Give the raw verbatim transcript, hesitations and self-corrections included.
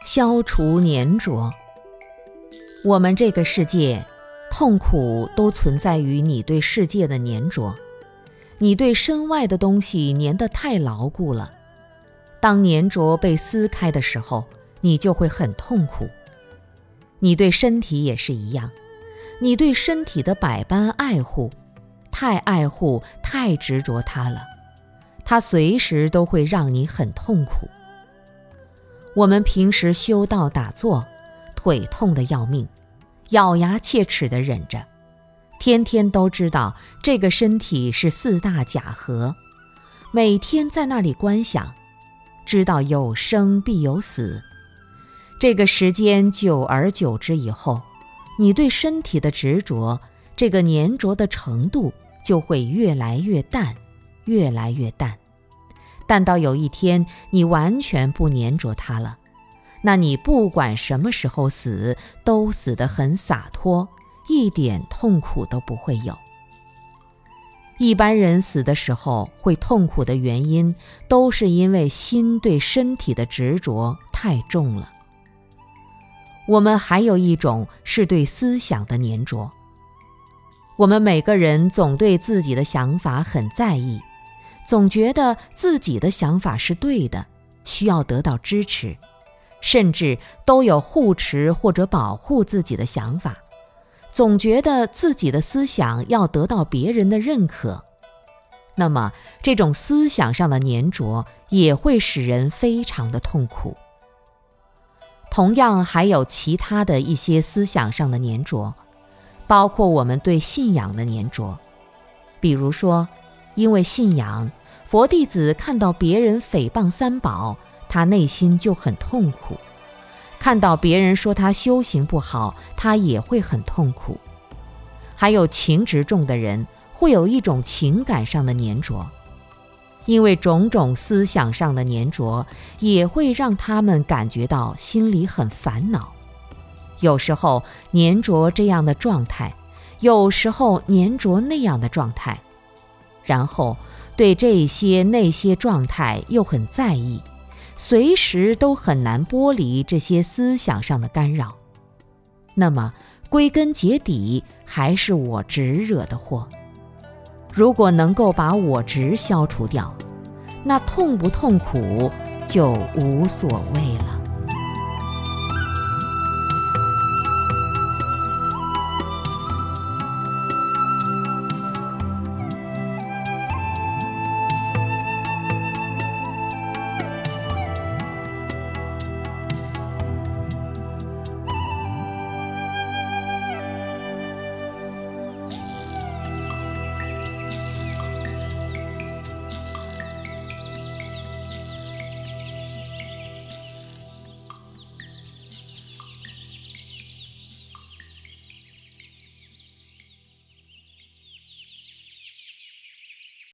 消除粘着。我们这个世界，痛苦都存在于你对世界的粘着。你对身外的东西粘得太牢固了，当粘着被撕开的时候，你就会很痛苦。你对身体也是一样，你对身体的百般爱护，太爱护，太执着它了，它随时都会让你很痛苦。我们平时修道打坐，腿痛得要命，咬牙切齿地忍着，天天都知道这个身体是四大假合，每天在那里观想，知道有生必有死。这个时间久而久之以后，你对身体的执着，这个粘着的程度就会越来越淡，越来越淡。淡到有一天你完全不粘着它了，那你不管什么时候死，都死得很洒脱，一点痛苦都不会有。一般人死的时候会痛苦的原因，都是因为心对身体的执着太重了。我们还有一种是对思想的粘着。我们每个人总对自己的想法很在意，总觉得自己的想法是对的，需要得到支持，甚至都有护持或者保护自己的想法，总觉得自己的思想要得到别人的认可。那么这种思想上的粘着也会使人非常的痛苦。同样还有其他的一些思想上的粘着，包括我们对信仰的粘着。比如说，因为信仰，佛弟子看到别人诽谤三宝，他内心就很痛苦；看到别人说他修行不好，他也会很痛苦。还有情执重的人，会有一种情感上的粘着，因为种种思想上的粘着，也会让他们感觉到心里很烦恼。有时候粘着这样的状态，有时候粘着那样的状态，然后对这些那些状态又很在意，随时都很难剥离这些思想上的干扰。那么归根结底还是我执惹的祸。如果能够把我执消除掉，那痛不痛苦就无所谓了。